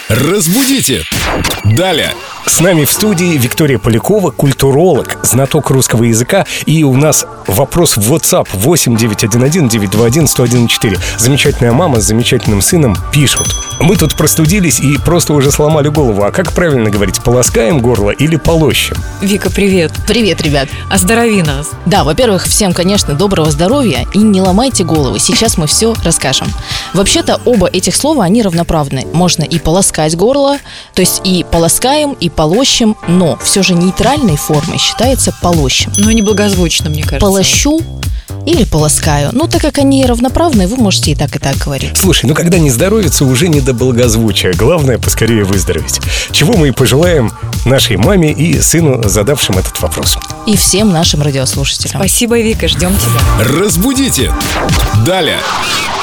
Разбудите! Далее! С нами в студии Виктория Полякова, культуролог, знаток русского языка. И у нас вопрос в WhatsApp 8-911-921-1014. Замечательная мама с замечательным сыном пишут: мы тут простудились и просто уже сломали голову. А как правильно говорить, полоскаем горло или полощем? Вика, привет. Привет, ребят. Оздорови нас. Да, во-первых, всем, конечно, доброго здоровья и не ломайте головы. Сейчас мы все расскажем. Вообще-то оба этих слова, они равноправны. Можно и полоскать горло, то есть и полоскаем, и полощем, но все же нейтральной формой считается полощем. Но неблагозвучно, мне кажется. Полощу или полоскаю. Ну, так как они равноправны, вы можете и так говорить. Слушай, когда не здоровится, уже не до благозвучия. Главное, поскорее выздороветь. Чего мы и пожелаем нашей маме и сыну, задавшим этот вопрос. И всем нашим радиослушателям. Спасибо, Вика, ждем тебя. Разбудите! Далее!